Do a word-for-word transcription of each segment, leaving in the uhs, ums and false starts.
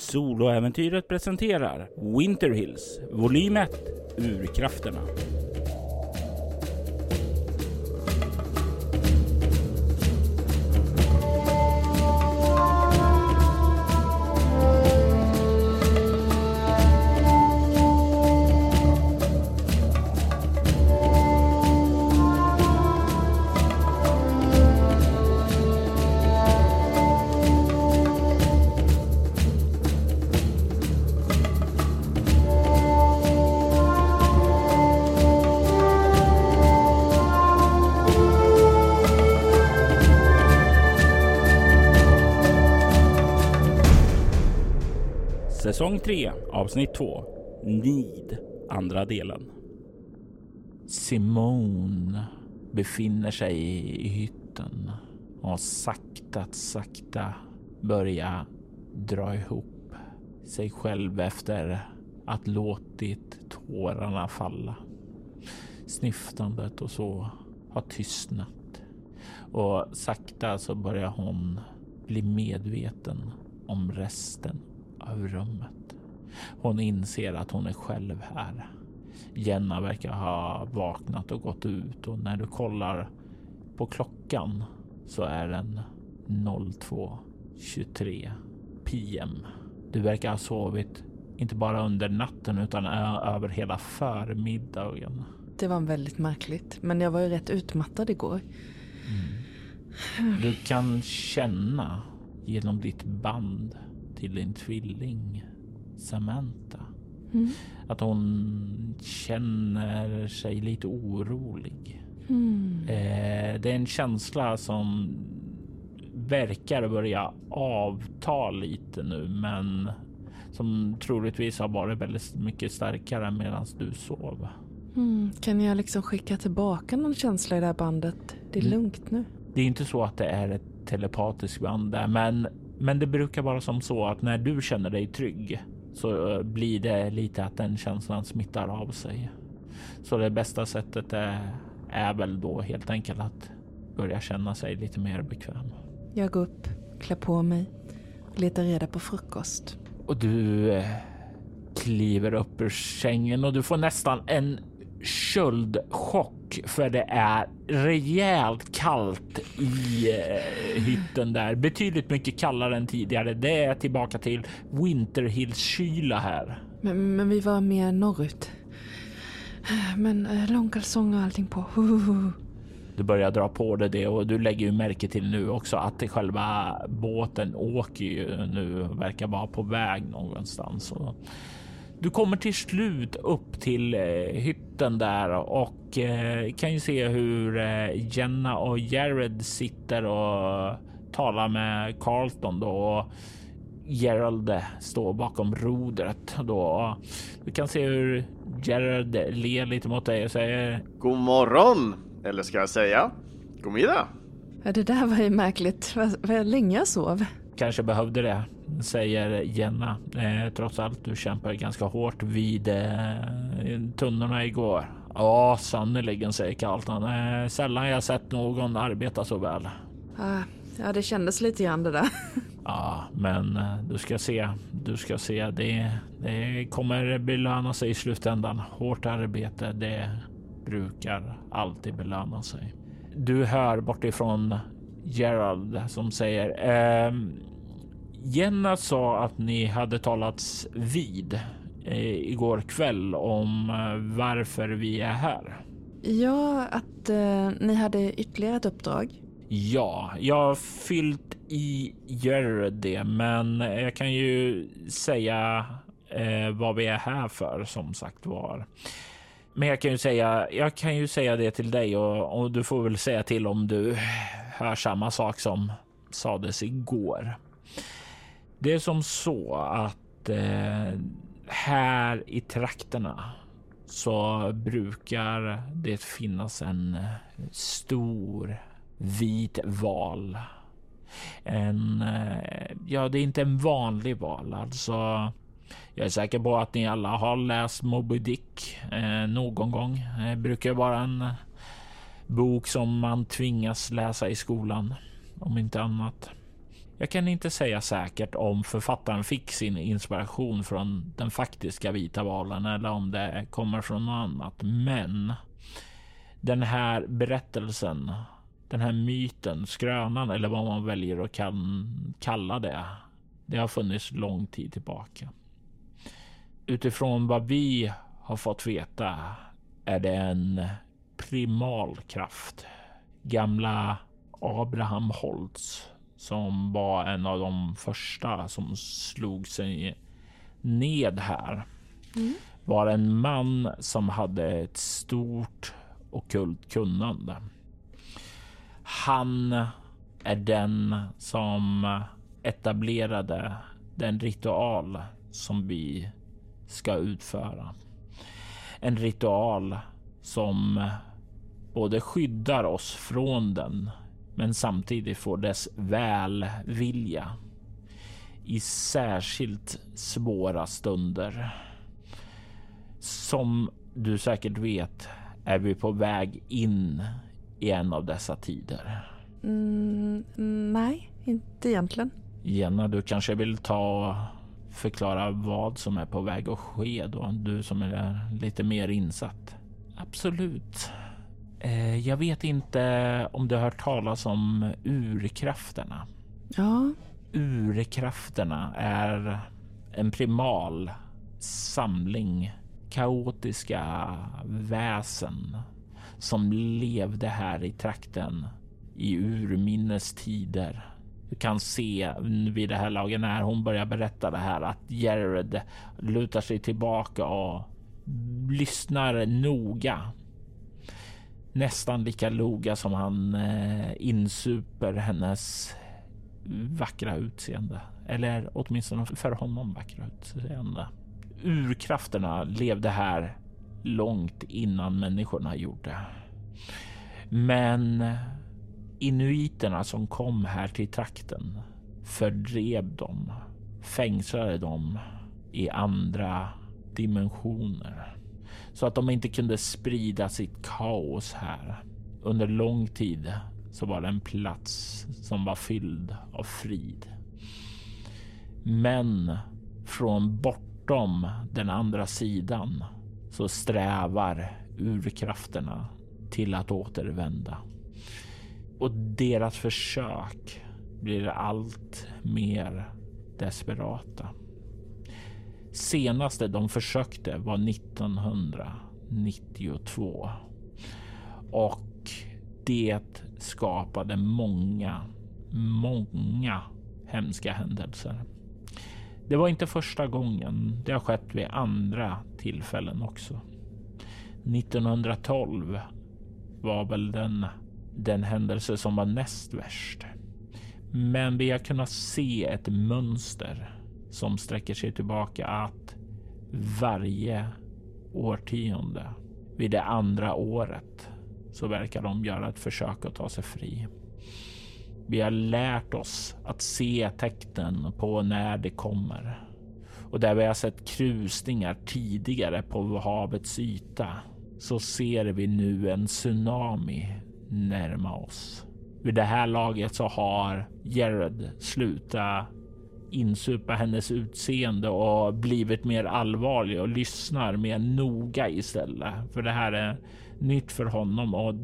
Soloäventyret presenterar Winter Hills, volym ett, Urkrafterna. Säsong tre, avsnitt två. Nid, andra delen. Simone befinner sig i hytten och sakta, sakta börjar dra ihop sig själv efter att låtit tårarna falla. Sniftandet och så har tystnat. Och sakta så börjar hon bli medveten om resten av rummet. Hon inser att hon är själv här. Jenna verkar ha vaknat och gått ut, och när du kollar på klockan så är den två tjugotre p m. Du verkar ha sovit inte bara under natten utan över hela förmiddagen. Det var väldigt märkligt, men jag var ju rätt utmattad igår. Mm. Du kan känna genom ditt band till din tvilling Samantha mm. att hon känner sig lite orolig. Mm. Eh, det är en känsla som verkar börja avta lite nu, men som troligtvis har varit väldigt mycket starkare medan du sov. Mm. Kan jag liksom skicka tillbaka någon känsla i det här bandet? Det är lugnt nu. Det är inte så att det är ett telepatiskt band där, men Men det brukar vara som så att när du känner dig trygg så blir det lite att den känslan smittar av sig. Så det bästa sättet är, är väl då helt enkelt att börja känna sig lite mer bekväm. Jag går upp, klär på mig, letar reda på frukost. Och du eh, kliver upp ur sängen och du får nästan en köldchock, för det är rejält kallt i eh, hytten där. Betydligt mycket kallare än tidigare. Det är tillbaka till Winter Hills kyla här. Men, men vi var mer norrut. Men eh, långkalsonger och allting på. Uh. Du börjar dra på dig det, och du lägger ju märke till nu också att det själva båten åker ju nu, verkar vara på väg någonstans. Och du kommer till slut upp till eh, hytten där och eh, kan ju se hur eh, Jenna och Jared sitter och talar med Carlton då, och Gerald står bakom rodret då. Du kan se hur Gerald ler lite mot dig och säger: God morgon, eller ska jag säga god middag? Ja, det där var ju märkligt. Vad, vad länge jag sov. Kanske behövde det, säger Jenna. Eh, trots allt, du kämpar ganska hårt vid eh, tunnorna igår. Ja, sannoliken, säger Carlton. Eh, sällan jag sett någon arbeta så väl. Ah, ja, det kändes lite grann det där. Ja, men eh, du ska se. Du ska se. Det, det kommer belöna sig i slutändan. Hårt arbete, det brukar alltid belöna sig. Du hör bortifrån Gerald som säger: ehm, Jenna sa att ni hade talats vid eh, igår kväll om eh, varför vi är här. Ja, att eh, ni hade ytterligare ett uppdrag. Ja, jag har fyllt i Gerard det, men jag kan ju säga eh, vad vi är här för, som sagt var. Men jag kan ju säga, jag kan ju säga det till dig, och, och du får väl säga till om du hör samma sak som sades igår. Det är som så att eh, här i trakterna så brukar det finnas en stor vit val. En, eh, ja, det är inte en vanlig val, alltså. Jag är säker på att ni alla har läst Moby Dick eh, någon gång. Det brukar vara en bok som man tvingas läsa i skolan, om inte annat. Jag kan inte säga säkert om författaren fick sin inspiration från den faktiska vita valen eller om det kommer från något annat. Men den här berättelsen, den här myten, skrönan eller vad man väljer att kan kalla det, det har funnits lång tid tillbaka. Utifrån vad vi har fått veta är det en primal kraft. Gamla Abraham Holtz, som var en av de första som slog sig ned här, mm. var en man som hade ett stort ockult kunnande. Han är den som etablerade den ritual som vi ska utföra. En ritual som både skyddar oss från den, men samtidigt får dess välvilja i särskilt svåra stunder. Som du säkert vet är vi på väg in i en av dessa tider. Mm, nej, inte egentligen. Jenna, du kanske vill ta förklara vad som är på väg att ske då, du som är lite mer insatt. Absolut. Eh, jag vet inte om du har hört talas om urkrafterna. Ja. Urkrafterna är en primal samling kaotiska väsen som levde här i trakten i urminnes tider. Du kan se vid det här laget när hon börjar berätta det här att Jared lutar sig tillbaka och lyssnar noga. Nästan lika noga som han eh, insuper hennes vackra utseende. Eller åtminstone för honom vackra utseende. Urkrafterna levde här långt innan människorna gjorde. Men inuiterna som kom här till trakten fördrev dem, fängslade dem i andra dimensioner så att de inte kunde sprida sitt kaos här. Under lång tid så var det en plats som var fylld av frid. Men från bortom den andra sidan så strävar urkrafterna till att återvända. Och deras försök blir allt mer desperata. Senaste de försökte var nittonhundranittiotvå. Och det skapade många, många hemska händelser. Det var inte första gången. Det har skett vid andra tillfällen också. nittonhundratolv var väl den, den händelse som var näst värst. Men vi har kunnat se ett mönster som sträcker sig tillbaka att varje årtionde vid det andra året så verkar de göra ett försök att ta sig fri. Vi har lärt oss att se tecknen på när det kommer. Och där vi har sett krusningar tidigare på havets yta så ser vi nu en tsunami närma oss. Vid det här laget så har Jared slutat insupa hennes utseende och blivit mer allvarlig och lyssnar mer noga istället. För det här är nytt för honom och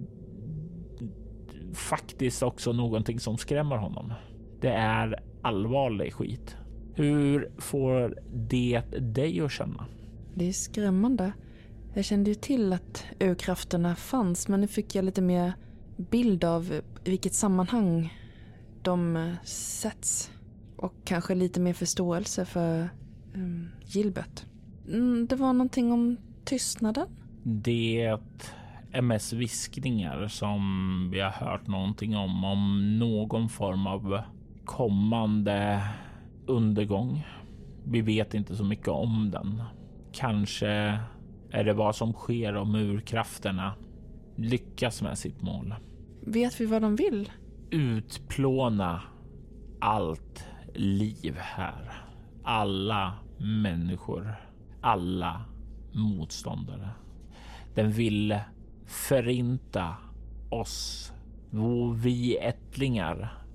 faktiskt också någonting som skrämmer honom. Det är allvarlig skit. Hur får det dig att känna? Det är skrämmande. Jag kände ju till att urkrafterna fanns, men nu fick jag lite mer bild av i vilket sammanhang de sätts. Och kanske lite mer förståelse för um, Gilbert. Mm, det var någonting om tystnaden. Det är mest viskningar som vi har hört någonting om. Om någon form av kommande undergång. Vi vet inte så mycket om den. Kanske är det vad som sker om urkrafterna lyckas med sitt mål. Vet vi vad de vill? Utplåna allt liv här. Alla människor. Alla motståndare. Den vill förinta oss. Vi ättlingar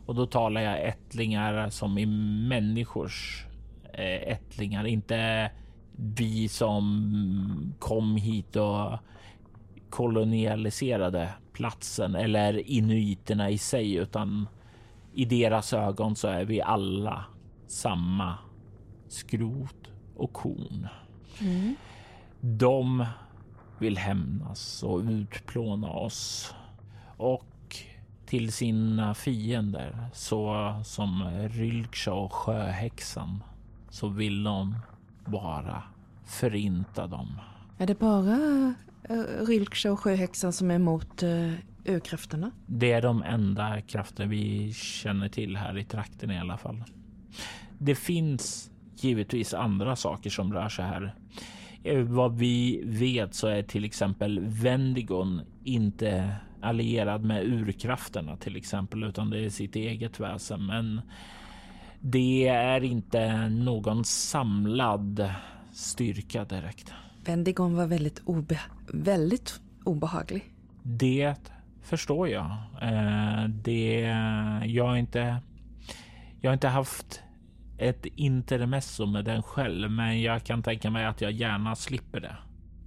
Och då talar jag ättlingar som i människors eh, ättlingar. Inte vi som kom hit och kolonialiserade platsen eller inuiterna i sig, utan i deras ögon så är vi alla samma skrot och korn. Mm. De vill hämnas och utplåna oss, och till sina fiender så som Rylksha och sjöhäxan så vill de bara förinta dem. Är det bara uh, Rylksha och sjöhäxan som är emot uh, urkrafterna? Det är de enda krafter vi känner till här i trakten i alla fall. Det finns givetvis andra saker som rör sig här. Vad vi vet så är till exempel Vendigon inte allierad med urkrafterna till exempel, utan det är sitt eget väsen. Men det är inte någon samlad styrka direkt. Vendigon var väldigt, obe- väldigt obehaglig. Det förstår jag. Eh, det, jag, har inte, jag har inte haft ett intermezzo med den själv, men jag kan tänka mig att jag gärna slipper det.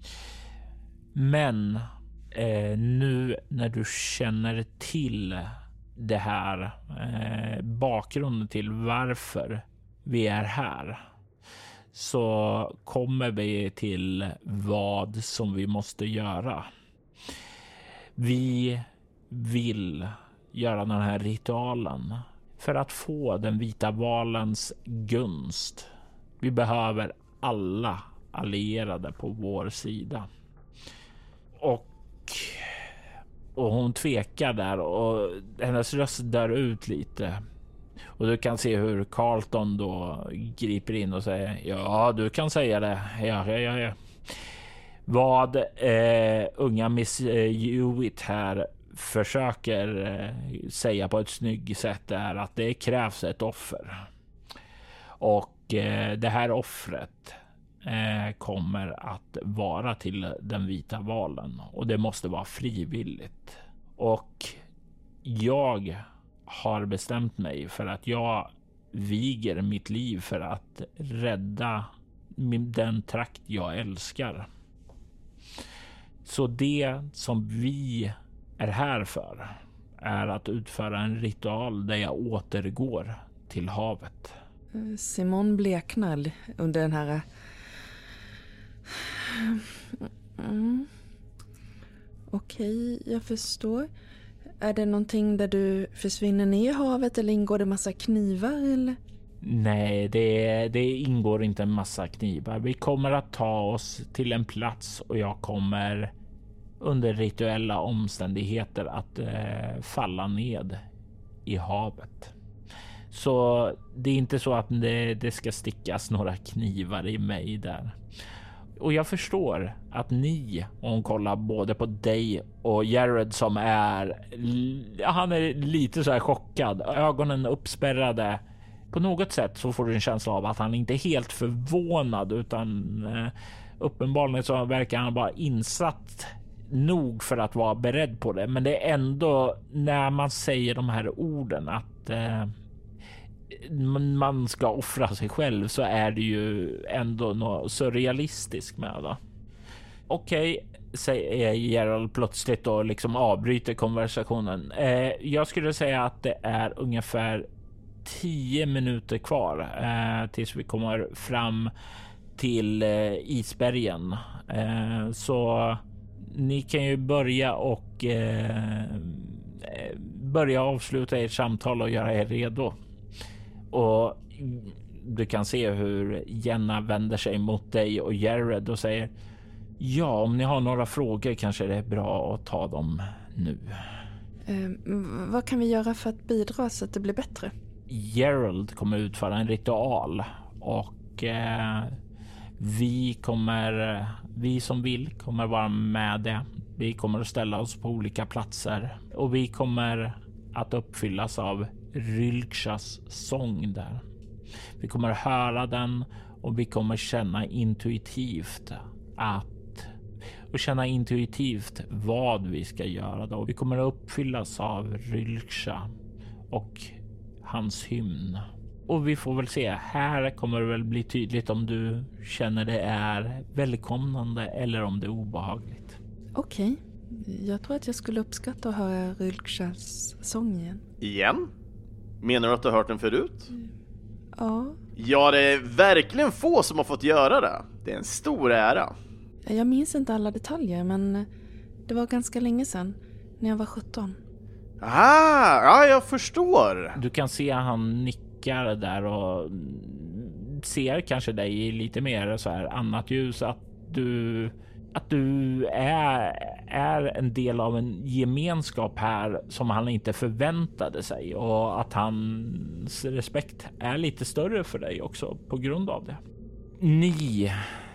Men eh, nu när du känner till det här, eh, bakgrunden till varför vi är här, så kommer vi till vad som vi måste göra. Vi vill göra den här ritualen för att få den vita valens gunst. Vi behöver alla allierade på vår sida. Och, och hon tvekar där och hennes röst dör ut lite. Och du kan se hur Carlton då griper in och säger: ja, du kan säga det. Ja, ja, ja, ja. Vad eh, unga Miss Hewitt här försöker eh, säga på ett snyggt sätt är att det krävs ett offer. Och eh, det här offret eh, kommer att vara till den vita valen. Och det måste vara frivilligt. Och jag har bestämt mig för att jag viger mitt liv för att rädda den trakt jag älskar. Så det som vi är här för är att utföra en ritual där jag återgår till havet. Simon bleknar under den här... Mm. Okej, jag förstår. Är det någonting där du försvinner ner i havet eller ingår det massa knivar eller? Nej, det, det ingår inte en massa knivar. Vi kommer att ta oss till en plats och jag kommer under rituella omständigheter att eh, falla ned i havet. Så det är inte så att det, det ska stickas några knivar i mig där. Och jag förstår att ni, och hon kollar både på dig och Jared som är, han är lite så här chockad, ögonen uppspärrade. På något sätt så får du en känsla av att han inte är helt förvånad, utan eh, uppenbarligen så verkar han bara insatt nog för att vara beredd på det. Men det är ändå när man säger de här orden att eh, man ska offra sig själv, så är det ju ändå något surrealistiskt med det. Okej, säger Gerald plötsligt och liksom avbryter konversationen. Eh, jag skulle säga att det är ungefär tio minuter kvar eh, tills vi kommer fram till eh, isbergen. Eh, så ni kan ju börja och eh, börja avsluta ert samtal och göra er redo. Och du kan se hur Jenna vänder sig mot dig och Jared och säger: ja, om ni har några frågor kanske det är bra att ta dem nu. Eh, vad kan vi göra för att bidra så att det blir bättre? Gerald kommer utföra en ritual och eh, vi kommer, vi som vill kommer vara med det. Vi kommer att ställa oss på olika platser och vi kommer att uppfyllas av Rylkshas sång där. Vi kommer att höra den och vi kommer känna intuitivt att och känna intuitivt vad vi ska göra då. Vi kommer att uppfyllas av Rylksha och hans hymn. Och vi får väl se, här kommer det väl bli tydligt om du känner det är välkomnande eller om det är obehagligt. Okej, jag tror att jag skulle uppskatta att höra Rylkshas sång igen. Igen? Menar du att du har hört den förut? Ja. Ja, det är verkligen få som har fått göra det. Det är en stor ära. Jag minns inte alla detaljer, men det var ganska länge sedan, när jag var sjutton. Ah, ja, jag förstår. Du kan se han nickar där och ser kanske dig i lite mer så här annat ljus, att du att du är, är en del av en gemenskap här som han inte förväntade sig, och att hans respekt är lite större för dig också på grund av det. Ni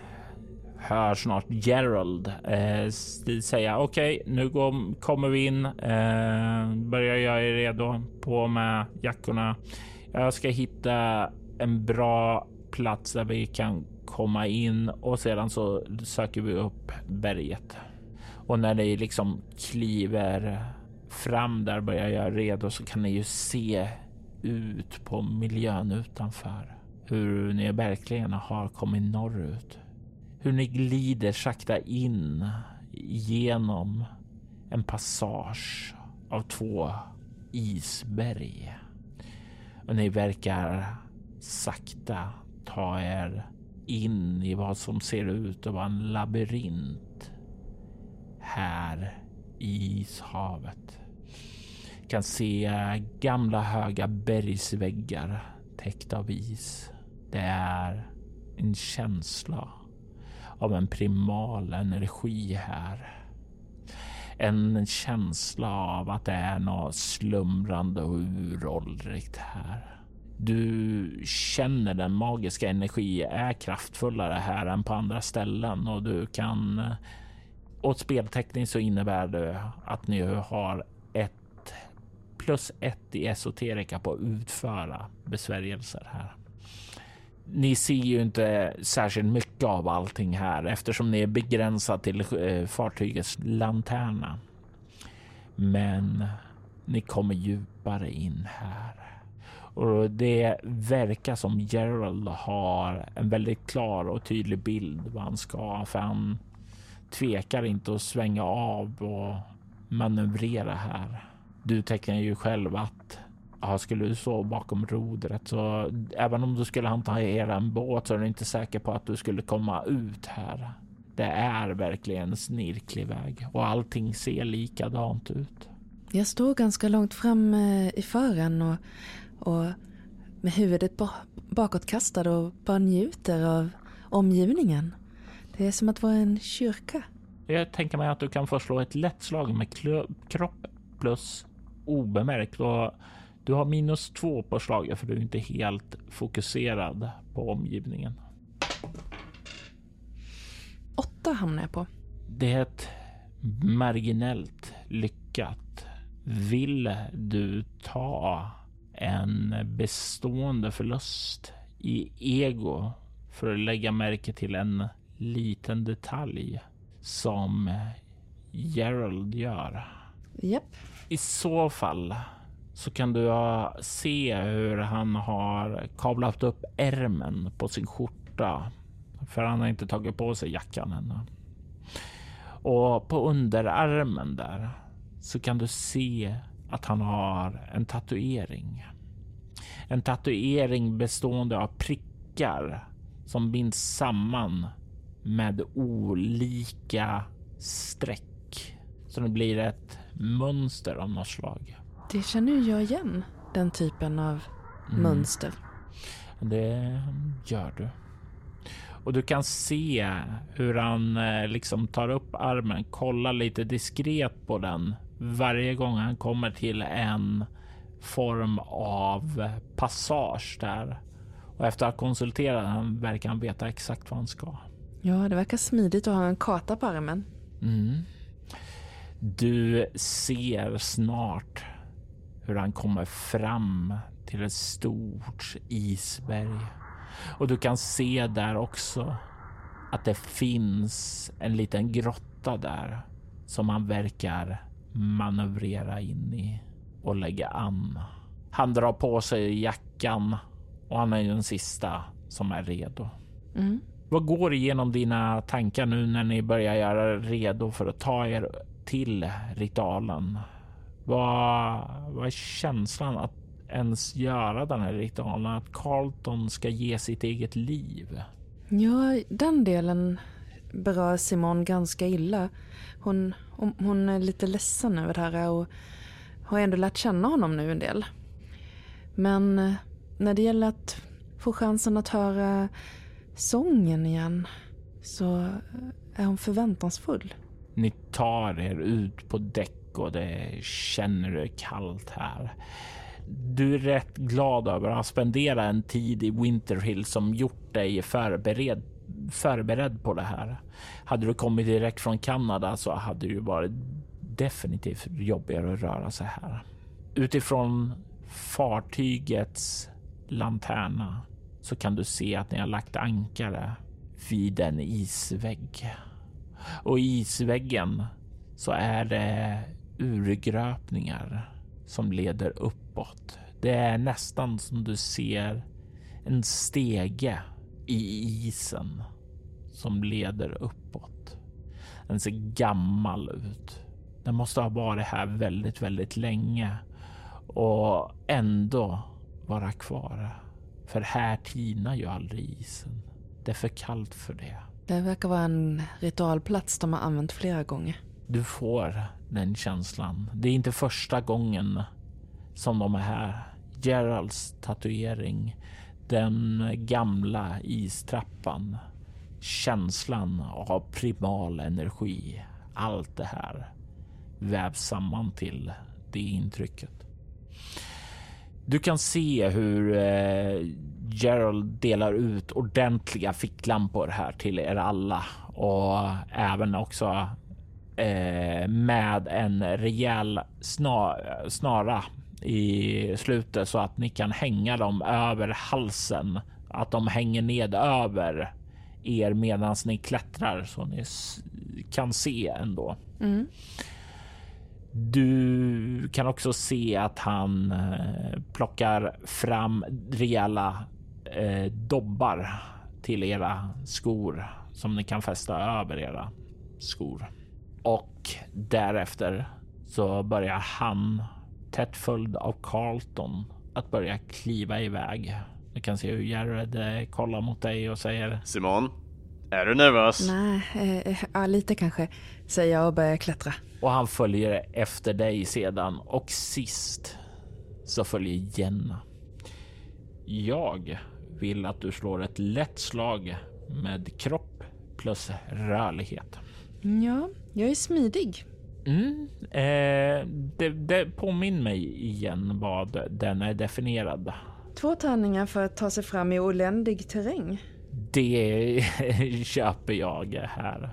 hör snart Gerald eh, säga okej, okay, nu går, kommer vi in. Eh, börjar jag er redo, på med jackorna. Jag ska hitta en bra plats där vi kan komma in, och sedan så söker vi upp berget. Och när ni liksom kliver fram där, börjar jag redo, så kan ni ju se ut på miljön utanför. Hur ni verkligen har kommit norrut. Hur ni glider sakta in genom en passage av två isberg. Och ni verkar sakta ta er in i vad som ser ut att vara en labyrint här i ishavet. Du kan se gamla höga bergsväggar täckta av is. Det är en känsla av en primal energi här. En känsla av att det är något slumrande och uråldrigt här. Du känner den magiska energi är kraftfullare här än på andra ställen, och du kan, åt speltekniskt så innebär det att ni har ett plus ett i esoterika på att utföra besvärjelser här. Ni ser ju inte särskilt mycket av allting här eftersom ni är begränsade till eh, fartygets lanterna. Men ni kommer djupare in här. Och det verkar som Gerald har en väldigt klar och tydlig bild vad han ska. För han tvekar inte att svänga av och manövrera här. Du tänker ju själv att ja, skulle du stå bakom rodret, så även om du skulle hantera en båt, så är du inte säker på att du skulle komma ut här. Det är verkligen en snirklig väg och allting ser likadant ut. Jag står ganska långt fram i fören och, och med huvudet bakåtkastad och bara njuter av omgivningen. Det är som att vara en kyrka. Jag tänker mig att du kan få slå ett lätt slag med klö- kropp plus obemärkt, och du har minus två på slaget för du är inte helt fokuserad på omgivningen. Åtta hamnar jag på. Det är ett marginellt lyckat. Vill du ta en bestående förlust i ego för att lägga märke till en liten detalj som Gerald gör? Japp. I så fall så kan du se hur han har kavlat upp ärmen på sin skjorta, för han har inte tagit på sig jackan ännu. Och på underarmen där så kan du se att han har en tatuering. En tatuering bestående av prickar som binds samman med olika streck. Så det blir ett mönster av något slag. Det känner jag igen, den typen av mm. mönster. Det gör du. Och du kan se hur han liksom tar upp armen, kollar lite diskret på den varje gång han kommer till en form av passage där. Och efter att ha konsulterat den verkar han veta exakt vad han ska. Ja, det verkar smidigt att ha en karta på armen. Mm. Du ser snart hur han kommer fram till ett stort isberg. Och du kan se där också att det finns en liten grotta där som han verkar manövrera in i och lägga an. Han drar på sig jackan och han är ju den sista som är redo. Mm. Vad går igenom dina tankar nu när ni börjar göra redo för att ta er till ritualen? Vad, vad är känslan att ens göra den här ritualen? Att Carlton ska ge sitt eget liv? Ja, den delen berör Simone ganska illa. Hon, hon, hon är lite ledsen över det här och har ändå lärt känna honom nu en del. Men när det gäller att få chansen att höra sången igen så är hon förväntansfull. Ni tar er ut på däck och det känner du kallt här. Du är rätt glad över att spendera en tid i Winterhill som gjort dig förberedd, förberedd på det här. Hade du kommit direkt från Kanada så hade det ju varit definitivt jobbigare att röra sig här. Utifrån fartygets lanterna så kan du se att ni har lagt ankare vid en isvägg. Och i isväggen så är det urgröpningar som leder uppåt. Det är nästan som du ser en stege i isen som leder uppåt. Den ser gammal ut. Den måste ha varit här väldigt, väldigt länge och ändå vara kvar. För här tinar ju aldrig isen. Det är för kallt för det. Det verkar vara en ritualplats de har använt flera gånger. Du får den känslan. Det är inte första gången som de är här. Geralds tatuering, den gamla istrappan, känslan av primal energi. Allt det här vävs samman till det intrycket. Du kan se hur eh, Gerald delar ut ordentliga ficklampor här till er alla och även också eh, med en rejäl sna, snara i slutet så att ni kan hänga dem över halsen, att de hänger ned över er medan ni klättrar så ni kan se ändå. Mm. Du kan också se att han eh, plockar fram rejäla eh, dobbar till era skor som ni kan fästa över era skor. Och därefter så börjar han, tätt följd av Carlton, att börja kliva iväg. Du kan se hur Jared eh, kollar mot dig och säger: Simon, är du nervös? Nej, eh, ja, lite kanske, säger jag och börjar klättra. Och han följer efter dig sedan och sist så följer Jenna. Jag vill att du slår ett lätt slag med kropp plus rörlighet. Ja, jag är smidig. Mm, eh, det, det påminner mig igen vad den är definierad. Två tärningar för att ta sig fram i oländig terräng. Det köper jag här.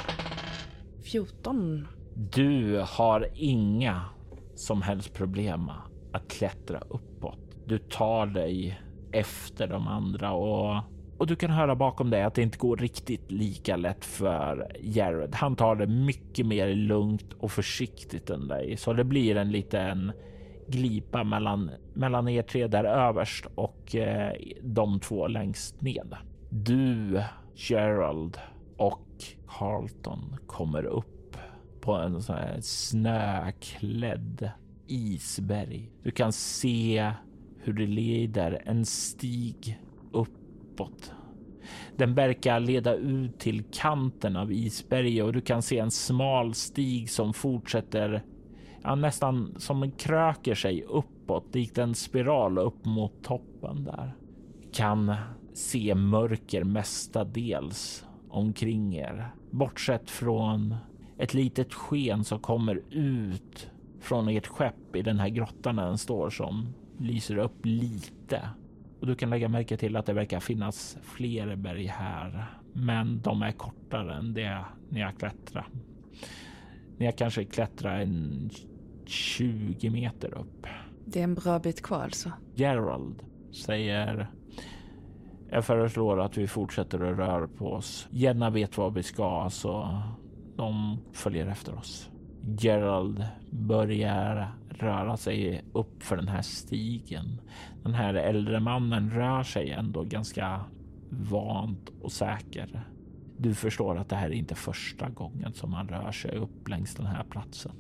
fjorton. Du har inga som helst problem att klättra uppåt. Du tar dig efter de andra och, och du kan höra bakom dig att det inte går riktigt lika lätt för Jared. Han tar det mycket mer lugnt och försiktigt än dig. Så det blir en liten glipa mellan, mellan er tre där överst och eh, de två längst ned. Du, Gerald och Carlton kommer upp på en sån här snöklädd isberg. Du kan se hur det leder en stig uppåt. Den verkar leda ut till kanten av isberget och du kan se en smal stig som fortsätter, ja, nästan som en kröker sig uppåt, likt en spiral upp mot toppen där. Kan se mörker mestadels omkring er, bortsett från ett litet sken som kommer ut från ert skepp i den här grottan när den står, som lyser upp lite. Och du kan lägga märke till att det verkar finnas fler berg här, men de är kortare än det ni har klättrat. Ni har kanske klättrat en tjugo meter upp. Det är en bra bit kvar alltså. Gerald säger: jag föreslår att vi fortsätter att röra på oss. Jenna vet vad vi ska, så de följer efter oss. Gerald börjar röra sig upp för den här stigen. Den här äldre mannen rör sig ändå ganska vant och säker. Du förstår att det här är inte första gången som han rör sig upp längs den här platsen.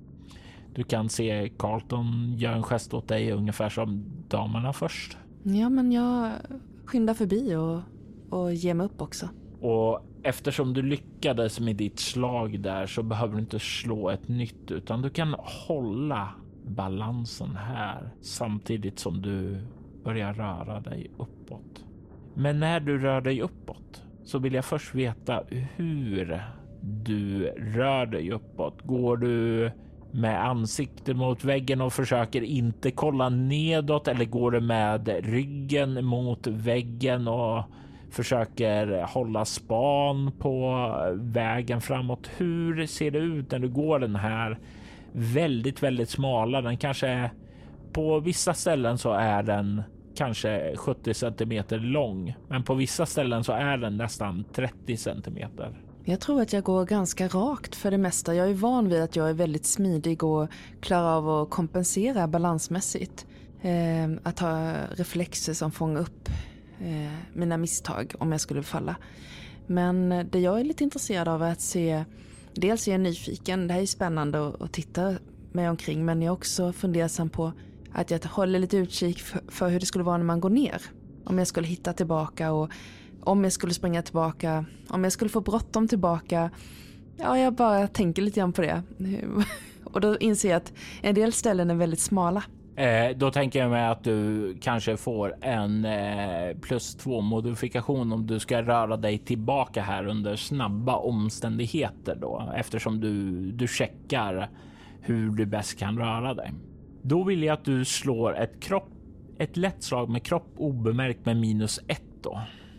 Du kan se Carlton gör en gest åt dig ungefär som damerna först. Ja, men jag skyndar förbi och, och ger mig upp också. Och eftersom du lyckades med ditt slag där så behöver du inte slå ett nytt, utan du kan hålla balansen här samtidigt som du börjar röra dig uppåt. Men när du rör dig uppåt så vill jag först veta hur du rör dig uppåt. Går du med ansiktet mot väggen och försöker inte kolla nedåt, eller går du med ryggen mot väggen och försöker hålla span på vägen framåt? Hur ser det ut när du går den här väldigt, väldigt smala? Den kanske är, på vissa ställen så är den kanske sjuttio centimeter lång, men på vissa ställen så är den nästan trettio centimeter. Jag tror att jag går ganska rakt för det mesta. Jag är van vid att jag är väldigt smidig och klarar av att kompensera balansmässigt. Eh, att ha reflexer som fångar upp eh, mina misstag om jag skulle falla. Men det jag är lite intresserad av är att se, dels är jag nyfiken, det här är spännande att, att titta mig omkring, men jag är också fundersam på att jag håller lite utkik för, för hur det skulle vara när man går ner. Om jag skulle hitta tillbaka och om jag skulle springa tillbaka, om jag skulle få bråttom tillbaka. Ja, jag bara tänker lite grann på det. Och då inser jag att en del ställen är väldigt smala. Eh, då tänker jag mig att du kanske får en eh, plus två modifikation om du ska röra dig tillbaka här under snabba omständigheter då, eftersom du, du checkar hur du bäst kan röra dig. Då vill jag att du slår ett, kropp, ett lätt slag med kropp obemärkt med minus ett då.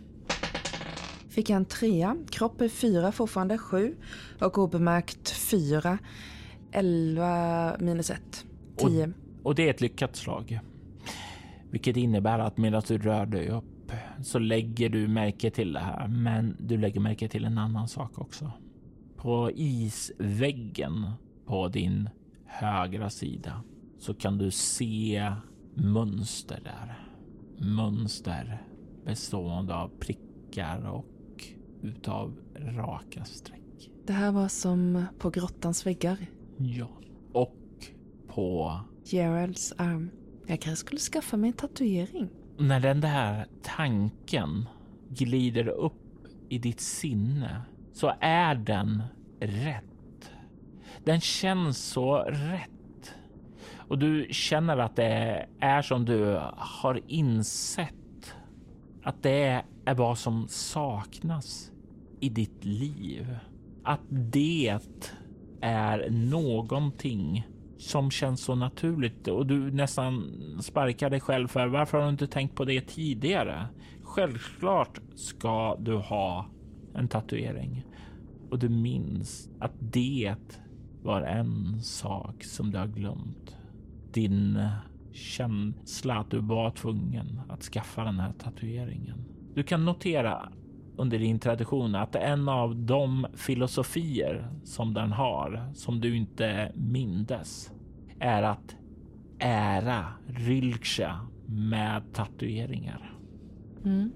Fick jag en trea, kropp är fyra, fortfarande sju och obemärkt fyra, elva minus ett, tio. Och, och det är ett lyckat slag. Vilket innebär att medan du rör dig upp så lägger du märke till det här, men du lägger märke till en annan sak också. På isväggen på din högra sida så kan du se mönster där. Mönster bestående av prickar och utav raka streck. Det här var som på grottans väggar. Ja. Och på Geralds arm. Jag kanske skulle skaffa mig en tatuering. När den där tanken glider upp i ditt sinne så är den rätt. Den känns så rätt. Och du känner att det är som du har insett att det är vad som saknas i ditt liv. Att det är någonting som känns så naturligt och du nästan sparkar dig själv för varför har du inte tänkt på det tidigare? Självklart ska du ha en tatuering och du minns att det var en sak som du har glömt. Din känsla att du var tvungen att skaffa den här tatueringen. Du kan notera under din tradition att en av de filosofier som den har, som du inte mindes, är att ära Rilksha med tatueringar. Mm.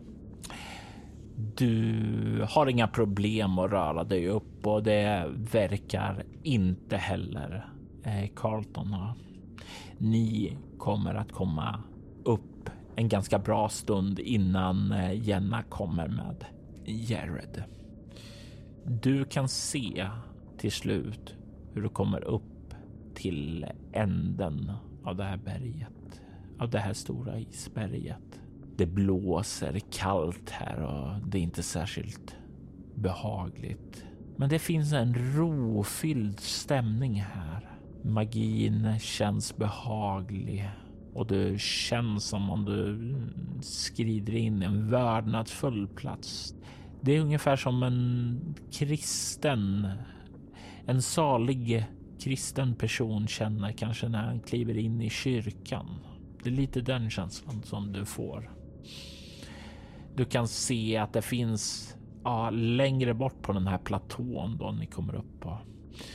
Du har inga problem att röra dig upp och det verkar inte heller eh, Carlton ha. Ni kommer att komma upp en ganska bra stund innan eh, Jenna kommer med Jared. Du kan se till slut hur du kommer upp till änden av det här berget, av det här stora isberget. Det blåser kallt här och det är inte särskilt behagligt. Men det finns en rofylld stämning här. Magin känns behaglig och det känns som om du skrider in i en vördnadsfull plats. Det är ungefär som en kristen, en salig kristen person känner kanske när han kliver in i kyrkan. Det är lite den känslan som du får. Du kan se att det finns ja, längre bort på den här platån då ni kommer upp på.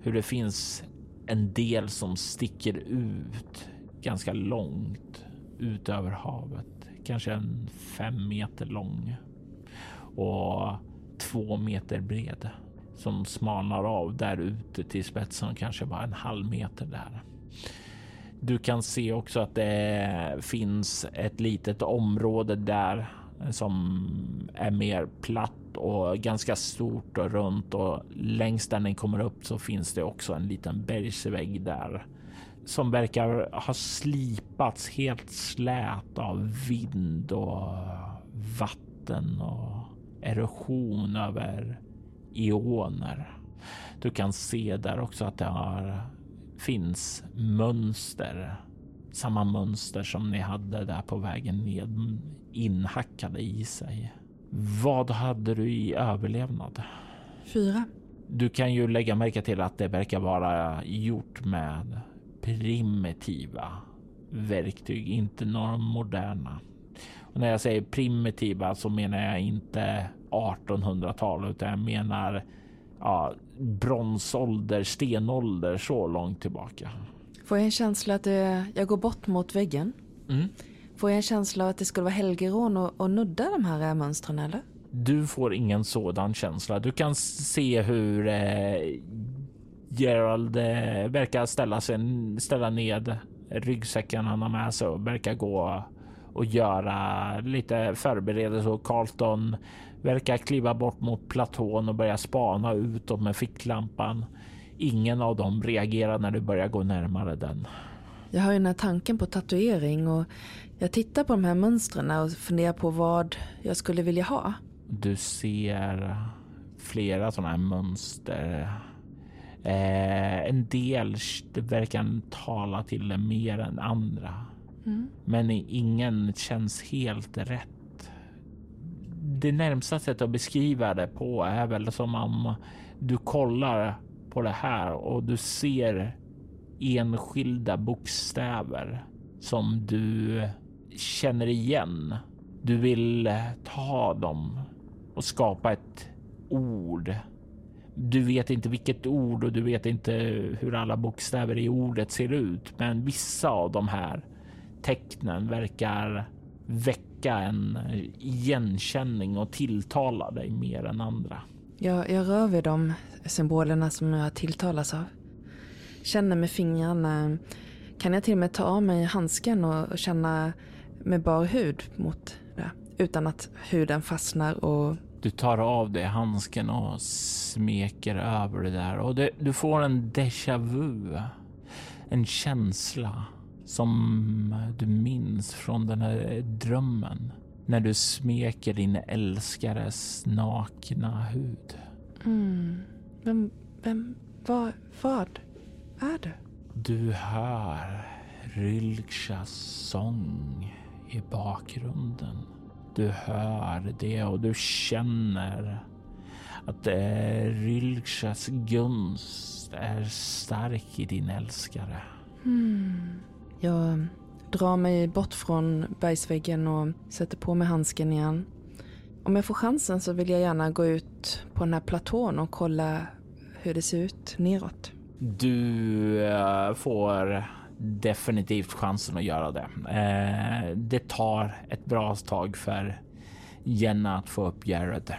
hur det finns en del som sticker ut ganska långt ut över havet. Kanske en fem meter lång och två meter bred. Som smalnar av där ute till spetsen, kanske bara en halv meter där. Du kan se också att det finns ett litet område där som är mer platt och ganska stort och runt, och längst där ni kommer upp så finns det också en liten bergsvägg där som verkar ha slipats helt slät av vind och vatten och erosion över eoner. Du kan se där också att det har, finns mönster, samma mönster som ni hade där på vägen ned, inhackade i sig. Vad hade du i överlevnad? Fyra. Du kan ju lägga märke till att det verkar vara gjort med primitiva verktyg, inte några moderna. Och när jag säger primitiva så menar jag inte artonhundratal, utan jag menar ja, bronsålder, stenålder, så långt tillbaka. Får jag en känsla att det, jag går bort mot väggen? Mm. Får jag en känsla av att det skulle vara helgerån och, och nudda de här mönstren, eller? Du får ingen sådan känsla. Du kan se hur eh, Gerald eh, verkar ställa, sig, ställa ned ryggsäcken han har med sig och verkar gå och göra lite förberedelser. Och Carlton verkar kliva bort mot platån och börja spana utåt med ficklampan. Ingen av dem reagerar när du börjar gå närmare den. Jag har ju den här tanken på tatuering och jag tittar på de här mönstren och funderar på vad jag skulle vilja ha. Du ser flera sådana här mönster. Eh, en del verkar tala till det mer än andra. Mm. Men ingen känns helt rätt. Det närmsta sättet att beskriva det på är väl som om du kollar på det här och du ser enskilda bokstäver som du känner igen. Du vill ta dem och skapa ett ord. Du vet inte vilket ord och du vet inte hur alla bokstäver i ordet ser ut, men vissa av de här tecknen verkar väcka en igenkänning och tilltala dig mer än andra. Jag, jag rör vid de symbolerna som jag tilltalas av. Känner med fingrarna. Kan jag till och med ta av mig handsken och, och känna med bar hud mot det, utan att huden fastnar och... Du tar av dig handsken och smeker över det där och det, du får en déjà vu. En känsla som du minns från den här drömmen. När du smeker din älskares nakna hud. Mm. Vem, vem, vad, vad är det? Du hör Rylkshas sång i bakgrunden. Du hör det och du känner att Rylkshas gunst är stark i din älskare. Mm. Jag drar mig bort från bergsväggen och sätter på mig handsken igen. Om jag får chansen så vill jag gärna gå ut på den här platån och kolla hur det ser ut neråt. Du uh, får definitivt chansen att göra det. Uh, det tar ett bra tag för Jenna att få upp Jared.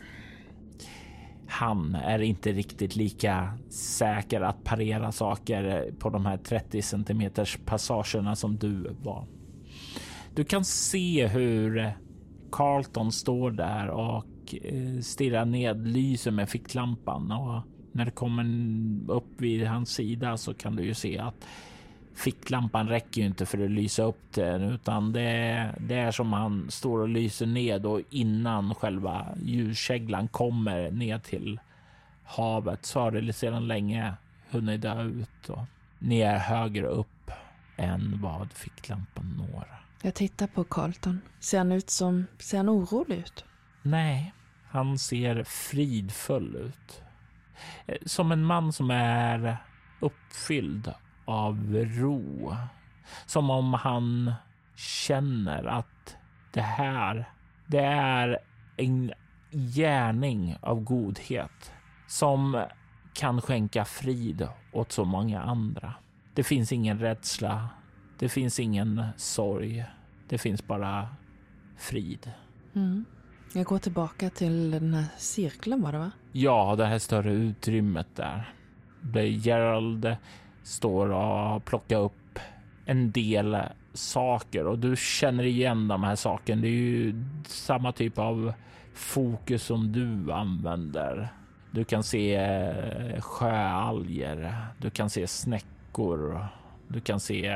Han är inte riktigt lika säker att parera saker på de här trettio centimeters passagerna som du var. Du kan se hur Carlton står där och stirrar ned, lyser med ficklampan, och när det kommer upp vid hans sida så kan du ju se att ficklampan räcker ju inte för att lysa upp den, utan det, det är som han står och lyser ned, och innan själva ljuskäglan kommer ner till havet så har det sedan länge hunnit dö ut och ni är högre upp än vad ficklampan når. Jag tittar på Carlton. Ser han ut som, ser han orolig ut? Nej, han ser fridfull ut. Som en man som är uppfylld av ro. Som om han känner att det här, det är en gärning av godhet som kan skänka frid åt så många andra. Det finns ingen rädsla. Det finns ingen sorg. Det finns bara frid. Mm. Jag går tillbaka till den här cirkeln, var det va? Ja, det här större utrymmet där. Där Gerald står och plockar upp en del saker. Och du känner igen de här sakerna. Det är ju samma typ av fokus som du använder. Du kan se sjöalger. Du kan se snäckor. Du kan se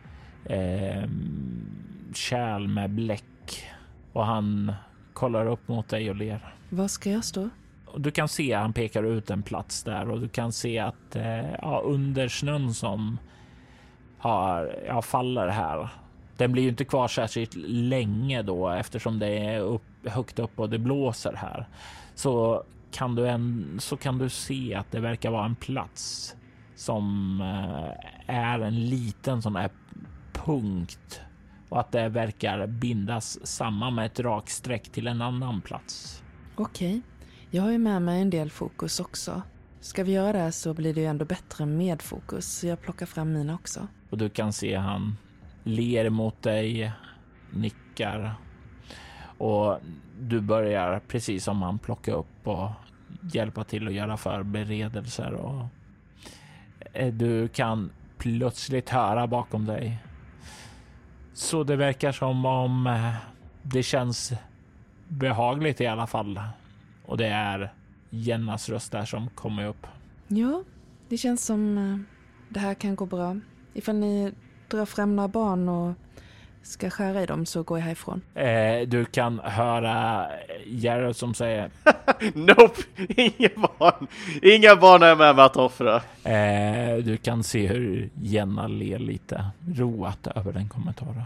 eh, kärl med bläck. Och han kollar upp mot dig och ler. Var ska jag stå? Och du kan se, han pekar ut en plats där. Och du kan se att eh, ja, under snön som har, ja, faller här. Den blir ju inte kvar särskilt länge då, eftersom det är upp, högt upp och det blåser här. Så kan du en, så kan du se att det verkar vara en plats som eh, är en liten sån här punkt. Och att det verkar bindas samman med ett raksträck till en annan plats. Okej, jag har ju med mig en del fokus också. Ska vi göra det här så blir det ju ändå bättre med fokus. Så jag plockar fram mina också. Och du kan se han ler mot dig, nickar. Och du börjar precis som han plocka upp och hjälpa till att göra förberedelser. Och du kan plötsligt höra bakom dig. Så det verkar som om det känns behagligt i alla fall. Och det är Jennas röst där som kommer upp. Ja, det känns som det här kan gå bra. Ifall ni drar fram några barn och ska skära i dem så går jag härifrån. Eh, du kan höra Gerald som säger Nope, inga barn. Inga barn är med mig att offra. Eh, du kan se hur Jenna ler lite roat över den kommentaren.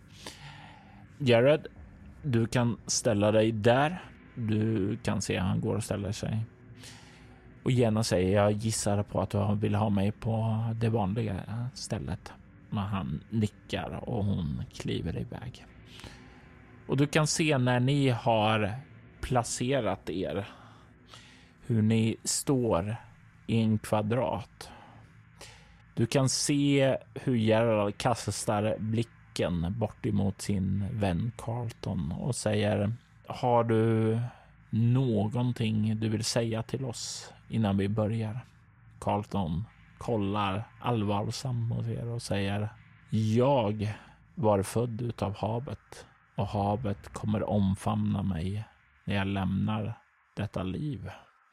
Jared, du kan ställa dig där. Du kan se att han går och ställer sig. Och Jenna säger, jag gissar på att du vill ha mig på det vanliga stället. Men han nickar och hon kliver iväg. Och du kan se när ni har placerat er hur ni står i en kvadrat. Du kan se hur Gerald kastar blicken bort emot sin vän Carlton och säger, har du någonting du vill säga till oss innan vi börjar? Carlton kollar allvarsamt mot er och säger, jag var född utav havet och havet kommer omfamna mig när jag lämnar detta liv.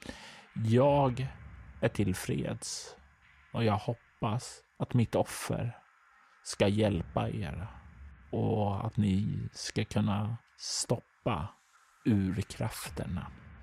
Jag är tillfreds och jag hoppas att mitt offer ska hjälpa er och att ni ska kunna stoppa urkrafterna.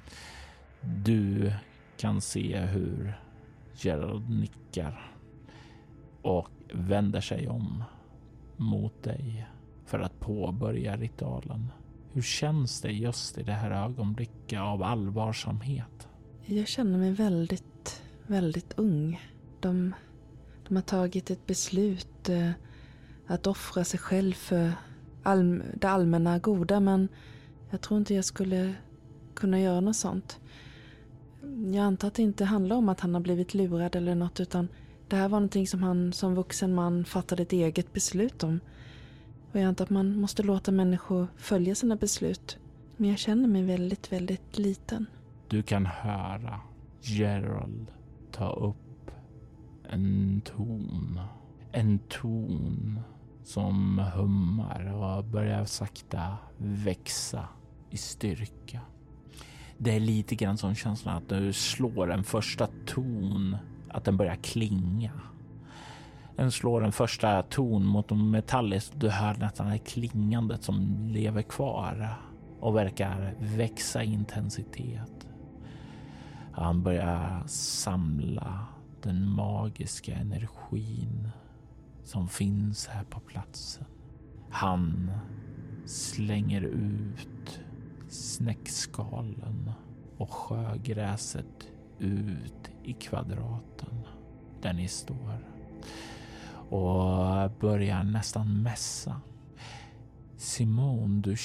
Du kan se hur Gerald nickar och vänder sig om mot dig för att påbörja ritualen. Hur känns det just i det här ögonblicket av allvarsamhet? Jag känner mig väldigt, väldigt ung. De, de har tagit ett beslut eh, att offra sig själv för all, det allmänna goda, men jag tror inte jag skulle kunna göra något sånt. Jag antar att det inte handlar om att han har blivit lurad eller något, utan det här var någonting som han som vuxen man fattade ett eget beslut om. Och jag antar att man måste låta människor följa sina beslut. Men jag känner mig väldigt, väldigt liten. Du kan höra Gerald ta upp en ton. En ton som hummar och börjar sakta växa i styrka. Det är lite grann som känslan att du slår en första ton, att den börjar klinga. Den slår en första ton mot de metalliskt. Du hör nästan det klingandet som lever kvar och verkar växa i intensitet. Han börjar samla den magiska energin som finns här på platsen. Han slänger ut snäckskalen och sjögräset ut i kvadraten där ni står och börjar nästan mässa. Simone, du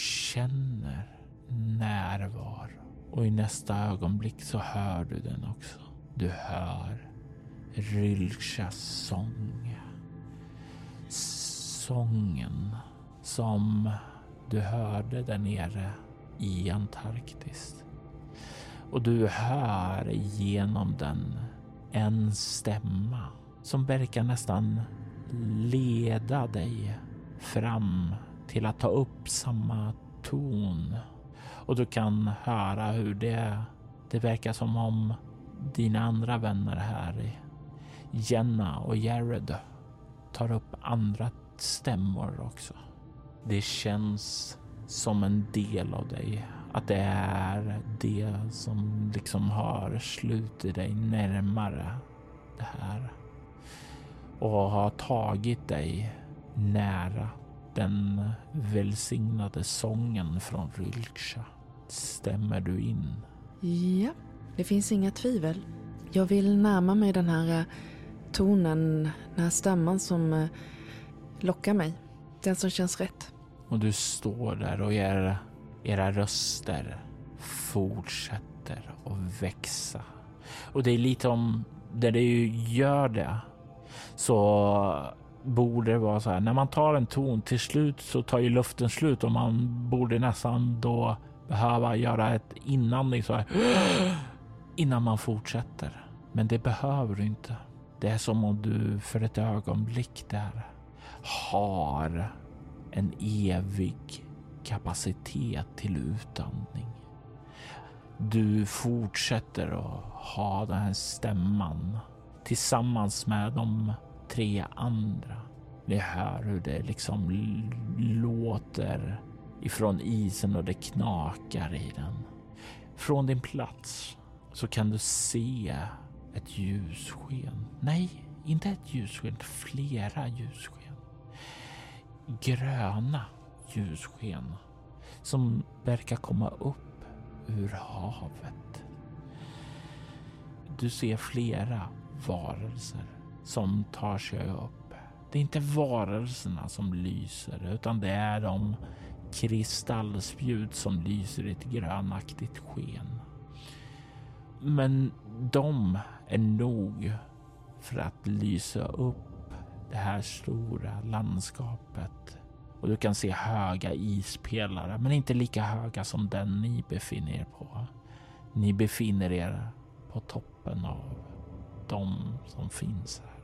känner närvaro och i nästa ögonblick så hör du den också. Du hör Rylchas sång. Sången som du hörde där nere i Antarktis. Och du hör genom den en stämma som verkar nästan leda dig fram till att ta upp samma ton. Och du kan höra hur det, det verkar som om dina andra vänner här, Jenna och Jared, tar upp andra stämmor också. Det känns som en del av dig. Att det är det som liksom har slutit dig närmare det här. Och har tagit dig nära den välsignade sången från Rylcha. Stämmer du in? Ja, det finns inga tvivel. Jag vill närma mig den här tonen, den här stämman som lockar mig. Den som känns rätt. Och du står där och er, era röster fortsätter att växa. Och det är lite om där det ju gör det, så borde det vara så här. När man tar en ton till slut så tar ju luften slut och man borde nästan då behöva göra ett inandning så här innan man fortsätter. Men det behöver du inte. Det är som om du för ett ögonblick där har en evig kapacitet till utandning. Du fortsätter att ha den här stämman tillsammans med de tre andra. Ni hör hur det liksom låter ifrån isen och det knakar i den. Från din plats så kan du se ett ljussken. Nej, inte ett ljussken, flera ljussken. Gröna ljussken som verkar komma upp ur havet. Du ser flera varelser som tar sig upp. Det är inte varelserna som lyser, utan det är de kristallspjut som lyser i ett grönaktigt sken. Men de är nog för att lysa upp det här stora landskapet. Och du kan se höga ispelare, men inte lika höga som den ni befinner er på. Ni befinner er på toppen av de som finns här.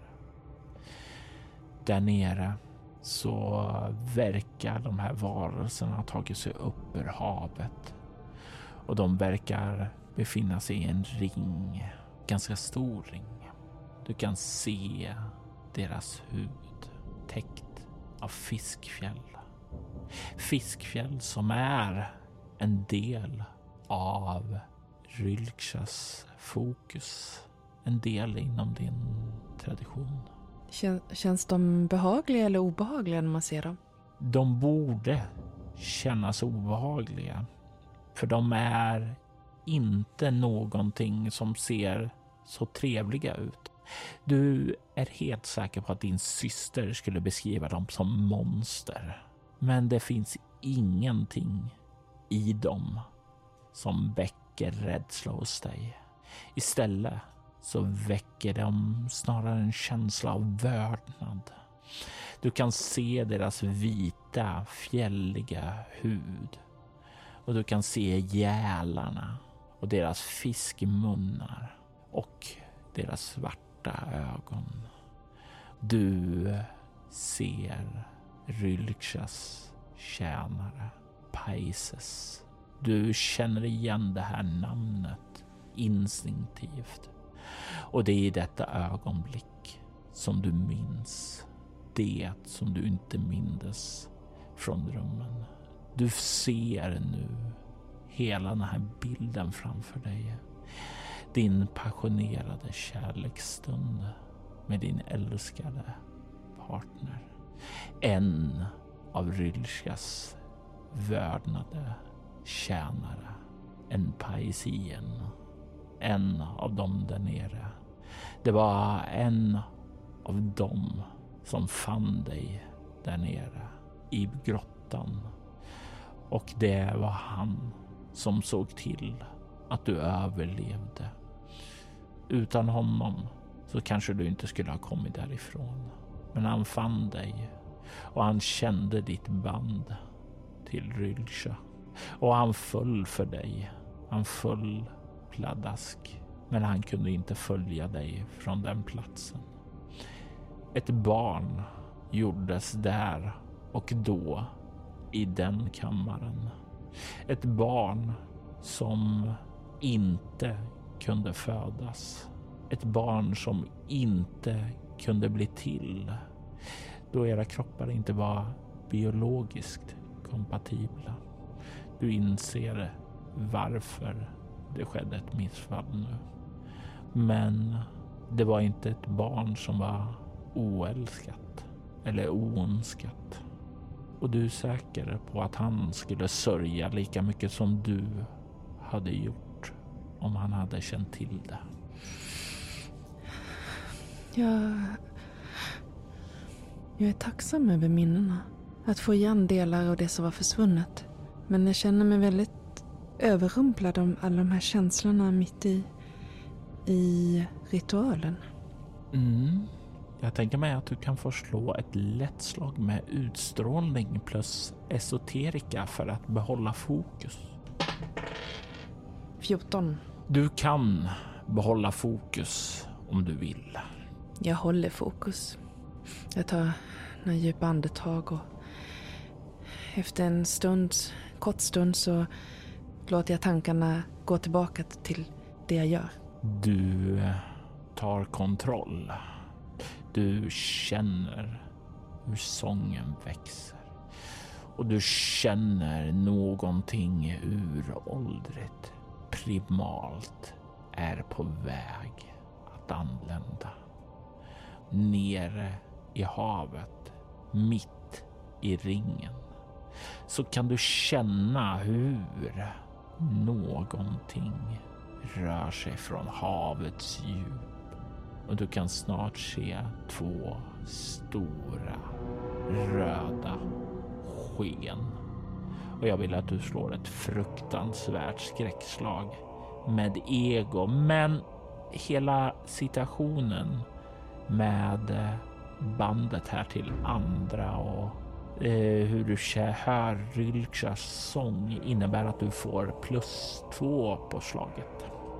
Där nere så verkar de här varelserna ha tagit sig upp ur havet. Och de verkar befinna sig i en ring, ganska stor ring. Du kan se deras hud täckt av fiskfjäll. Fiskfjäll som är en del av Rylchas fokus. En del inom din tradition. Kän, känns de behagliga eller obehagliga när man ser dem? De borde kännas obehagliga. För de är inte någonting som ser så trevliga ut. Du är helt säker på att din syster skulle beskriva dem som monster. Men det finns ingenting i dem som väcker rädsla hos dig. Istället så väcker de snarare en känsla av vördnad. Du kan se deras vita, fjälliga hud. Och du kan se gälarna och deras fiskmunnar och deras svarta ögon. Du ser Rylchas tjänare, Paises. Du känner igen det här namnet instinktivt. Och det är i detta ögonblick som du minns det som du inte mindes från drömmen. Du ser nu hela den här bilden framför dig. Din passionerade kärleksstund med din älskade partner. En av Rylchas vördnade tjänare. En paisien. En av dem där nere. Det var en av dem som fann dig där nere i grottan. Och det var han som såg till att du överlevde. Utan honom så kanske du inte skulle ha kommit därifrån. Men han fann dig och han kände ditt band till Rylcha. Och han föll för dig. Han föll pladask. Men han kunde inte följa dig från den platsen. Ett barn gjordes där och då i den kammaren. Ett barn som inte kunde födas. Ett barn som inte kunde bli till. Då era kroppar inte var biologiskt kompatibla. Du inser varför det skedde ett missfall nu. Men det var inte ett barn som var oälskat eller oönskat. Och du är säker på att han skulle sörja lika mycket som du hade gjort om han hade känt till det. Jag... Jag är tacksam över minnena. Att få igen delar av det som var försvunnet. Men jag känner mig väldigt överrumplad om alla de här känslorna mitt i, i ritualen. Mm. Jag tänker mig att du kan få slå ett lätt slag med utstrålning plus esoterika för att behålla fokus. fjorton. Du kan behålla fokus om du vill. Jag håller fokus. Jag tar några djupa andetag och efter en stund, kort stund så låter jag tankarna gå tillbaka till det jag gör. Du tar kontroll. Du känner hur sången växer. Och du känner någonting uråldrigt, primalt är på väg att anlända. Nere i havet, mitt i ringen, så kan du känna hur någonting rör sig från havets djup. Och du kan snart se två stora röda sken. Och jag vill att du slår ett fruktansvärt skräckslag med ego. Men hela situationen med bandet här till andra och eh, hur du hör Rylchas sång innebär att du får plus två på slaget.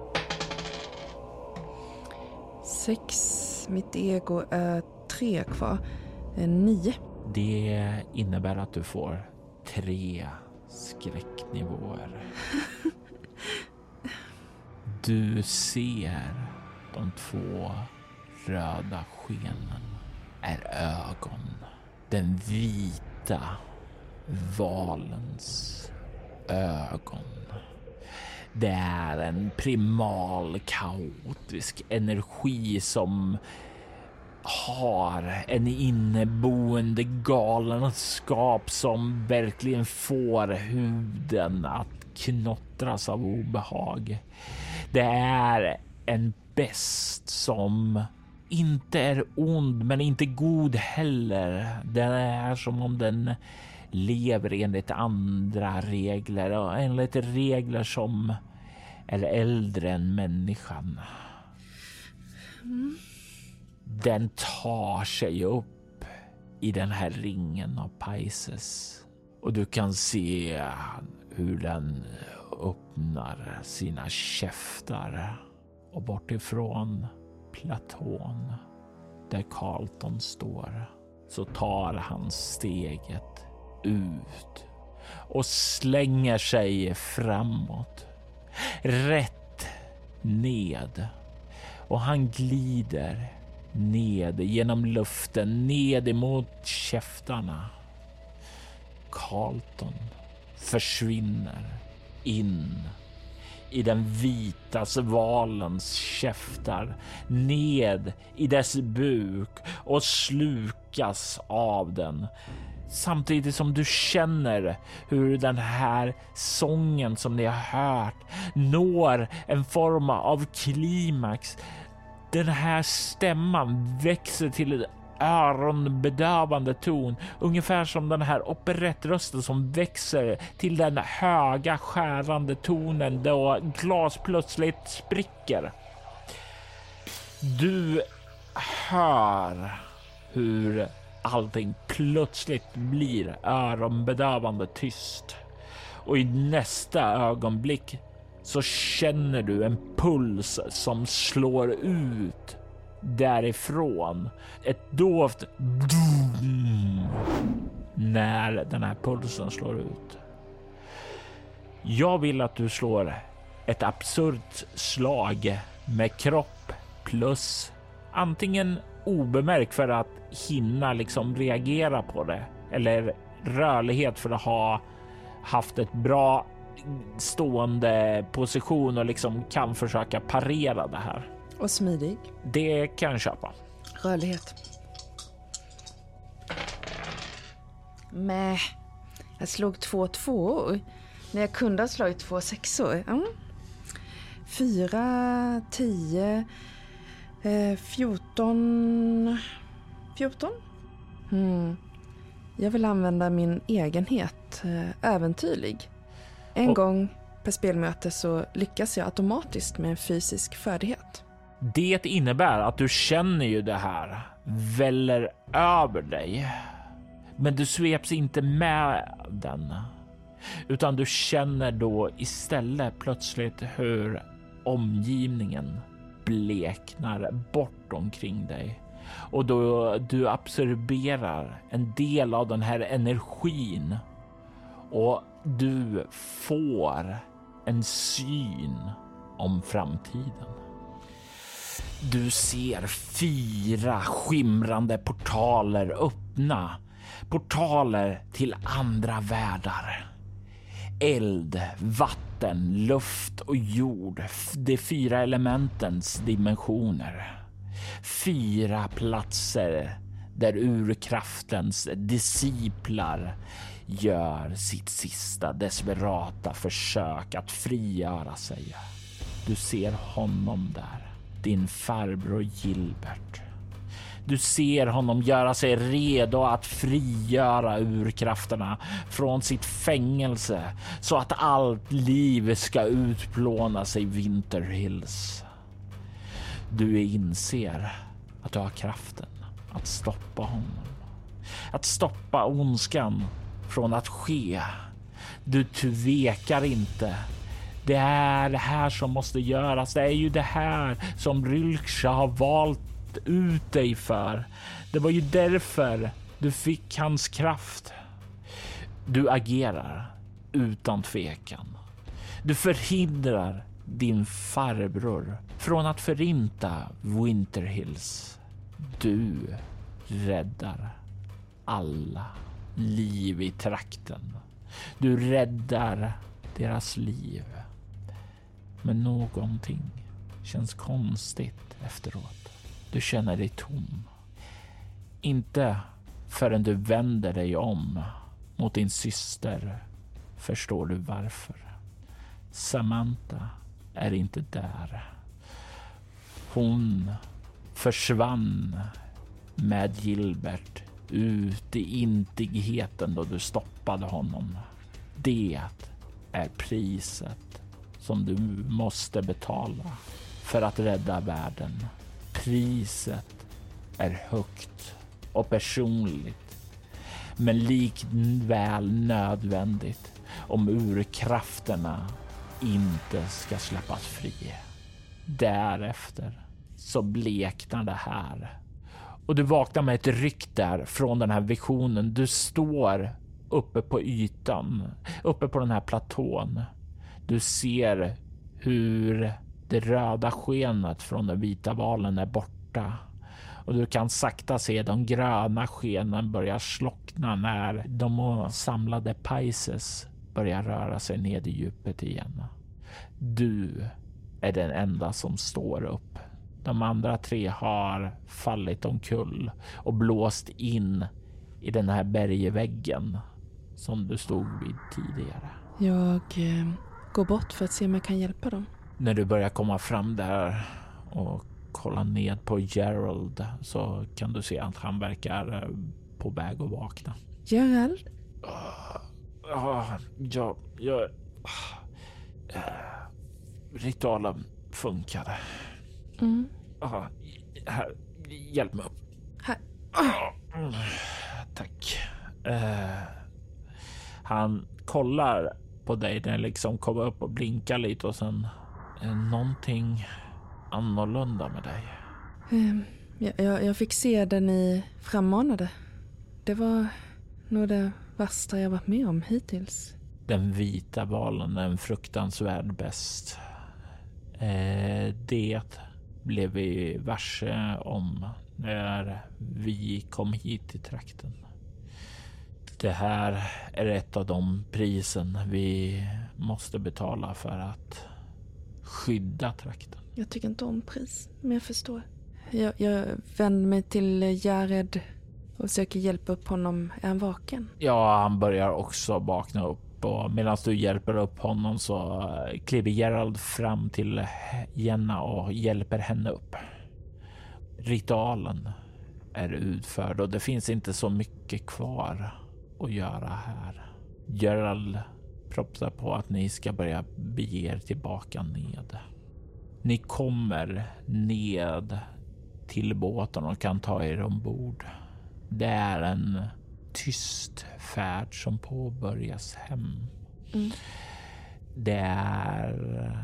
Sex. Mitt ego är tre kvar. Nio. Det innebär att du får tre skräcknivåer. Du ser de två röda skenen är ögon. Den vita valens ögon. Det är en primal, kaotisk energi som har en inneboende galenskap som verkligen får huden att knottras av obehag. Det är en best som inte är ond men inte god heller. Den är som om den lever enligt andra regler och enligt regler som är äldre än människan. Mm. Den tar sig upp i den här ringen av Pisces och du kan se hur den öppnar sina käftar och bortifrån platån där Carlton står så tar han steget ut och slänger sig framåt, rätt ned, och han glider ned genom luften, ned emot käftarna. Carlton försvinner in i den vita valens käftar, ned i dess buk och slukas av den. Samtidigt som du känner hur den här sången som ni har hört når en form av klimax. Den här stämman växer till en öronbedövande ton, ungefär som den här operettrösten som växer till den höga skärande tonen då glas plötsligt spricker. Du hör hur allting plötsligt blir öronbedövande tyst. Och i nästa ögonblick så känner du en puls som slår ut därifrån. Ett dovt dum när den här pulsen slår ut. Jag vill att du slår ett absurt slag med kropp plus antingen obemärkt för att hinna liksom reagera på det eller rörlighet för att ha haft ett bra stående position och liksom kan försöka parera det här. Och smidig. Det kan jag köpa. Rörlighet. Mäh. Jag slog två tvåor när jag kunde ha slagit två sexor. Mm. Fyra, tio, eh, fjorton... Fjorton? Hmm. Jag vill använda min egenhet, eh, äventyrlig. En och gång per spelmöte så lyckas jag automatiskt med en fysisk färdighet. Det innebär att du känner ju det här väller över dig. Men du sveps inte med den. Utan du känner då istället plötsligt hur omgivningen bleknar bort omkring dig. Och då du absorberar en del av den här energin. Och du får en syn om framtiden. Du ser fyra skimrande portaler öppna. Portaler till andra världar. Eld, vatten, luft och jord. De fyra elementens dimensioner. Fyra platser där urkraftens disciplar gör sitt sista desperata försök att frigöra sig. Du ser honom där. Din farbror Gilbert. Du ser honom göra sig redo att frigöra urkrafterna från sitt fängelse så att allt liv ska utplånas i Winter Hills. Du inser att du har kraften att stoppa honom. Att stoppa ondskan från att ske. Du tvekar inte. Det är det här som måste göras. Det är ju det här som Rylksha har valt ut dig för. Det var ju därför du fick hans kraft. Du agerar utan tvekan. Du förhindrar din farbror från att förinta Winter Hills. Du räddar alla liv i trakten. Du räddar deras liv. Men någonting känns konstigt efteråt. Du känner dig tom. Inte förrän du vänder dig om mot din syster förstår du varför. Samantha är inte där. Hon försvann med Gilbert ut i intigheten då du stoppade honom. Det är priset som du måste betala för att rädda världen. Priset är högt och personligt, men likväl nödvändigt om urkrafterna inte ska släppas fri. Därefter så bleknar det här och du vaknar med ett ryck där från den här visionen. Du står uppe på ytan, uppe på den här platån. Du ser hur det röda skenet från den vita valen är borta. Och du kan sakta se de gröna skenen börja slockna när de samlade Pisces börjar röra sig ned i djupet igen. Du är den enda som står upp. De andra tre har fallit omkull och blåst in i den här bergväggen som du stod vid tidigare. Jag eh, går bort för att se om jag kan hjälpa dem. När du börjar komma fram där och kolla ned på Gerald så kan du se att han verkar på väg att vakna. Gerald? Ja, ja, ja. Ritualen funkade. Mm. Ja, Här, hjälp mig upp. Här. Mm, tack. Uh, han kollar på dig när liksom kommer upp och blinkar lite och sen är någonting annorlunda med dig. Um, jag, jag, jag fick se den ni frammanade. Det var nog det värsta jag varit med om hittills. Den vita valen är en fruktansvärd bäst. Eh, det blev vi varse om när vi kom hit till trakten. Det här är ett av de prisen vi måste betala för att skydda trakten. Jag tycker inte om pris, men jag förstår. Jag, jag vänder mig till Jared och söker hjälpa upp honom. Är han vaken? Ja, han börjar också vakna upp. Och medan du hjälper upp honom så kliver Gerald fram till Jenna och hjälper henne upp. Ritualen är utförd och det finns inte så mycket kvar att göra här. Gerald propsar på att ni ska börja bege er tillbaka ned. Ni kommer ned till båten och kan ta er ombord. Det är en tyst färd som påbörjas hem. Mm. Det är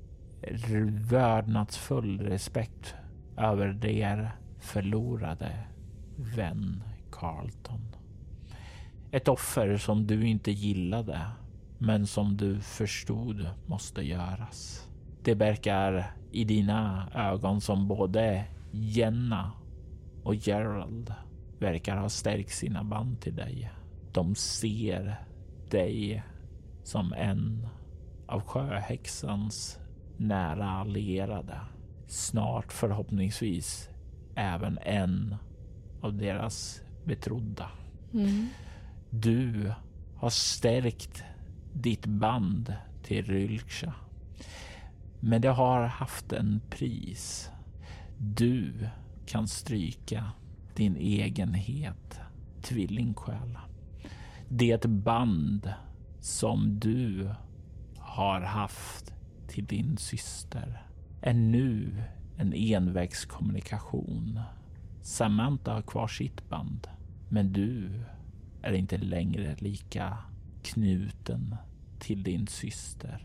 vördnadsfull respekt över der förlorade vän Carlton. Ett offer som du inte gillade, men som du förstod måste göras. Det verkar i dina ögon som både Jenna och Gerald verkar ha stärkt sina band till dig. De ser dig som en av sjöhäxans nära allierade. Snart förhoppningsvis även en av deras betrodda. Mm. Du har stärkt ditt band till Rylksha. Men det har haft en pris. Du kan stryka din egenhet, tvillingsjäl. Det band som du har haft till din syster är nu en envägskommunikation. Samantha har kvar sitt band, men du är inte längre lika knuten till din syster.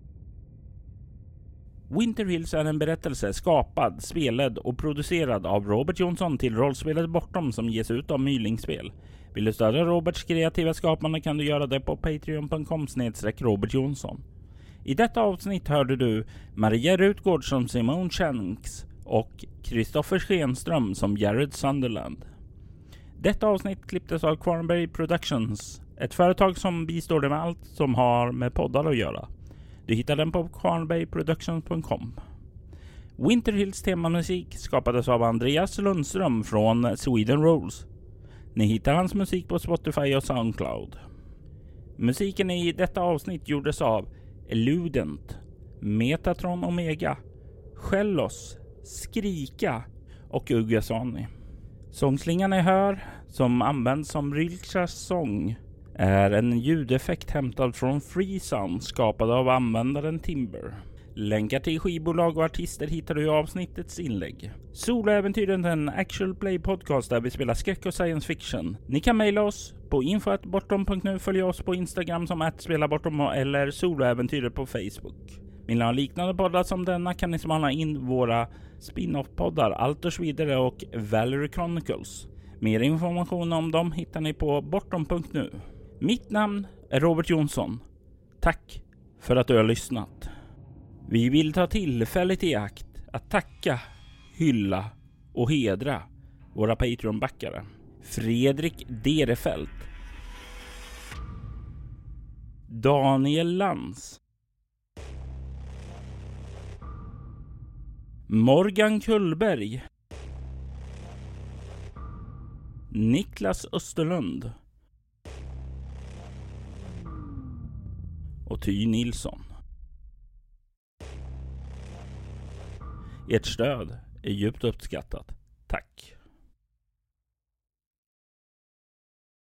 Winter Hills är en berättelse skapad, spelad och producerad av Robert Jonsson till rollspelet Bortom som ges ut av Mylingspel. Vill du stödja Roberts kreativa skapande kan du göra det på patreon punkt com snedstreck Robert Jonsson. I detta avsnitt hörde du Maria Rutgård som Simone Shanks och Kristoffer Schenström som Jared Sunderland. Detta avsnitt klipptes av Quarnberry Productions, ett företag som bistår dig med allt som har med poddar att göra. Du hittar den på quarnberry productions punkt com. Winter Hills temamusik skapades av Andreas Lundström från Sweden Rolls. Ni hittar hans musik på Spotify och Soundcloud. Musiken i detta avsnitt gjordes av Eludent, Metatron Omega, Shellos, Skrika och Ugasani. Sångslingan ni hör, som används som Rylkshas sång, är en ljudeffekt hämtad från Freesound skapad av användaren Timber. Länkar till skivbolag och artister hittar du i avsnittets inlägg. Soloäventyren är en actual play podcast där vi spelar skräck och science fiction. Ni kan mejla oss på info at bortom punkt nu, följa oss på Instagram som att spela bortom eller soloäventyret på Facebook. Vill ni ha liknande poddar som denna kan ni smala in våra spin-off-poddar Altors vidare och Valerie Chronicles. Mer information om dem hittar ni på bortom punkt nu. Mitt namn är Robert Jonsson. Tack för att du har lyssnat. Vi vill ta tillfället i akt att tacka, hylla och hedra våra Patreon-backare. Fredrik Derefelt, Daniel Lantz, Morgan Kullberg, Niklas Österlund och Ty Nilsson. Ert stöd är djupt uppskattat. Tack.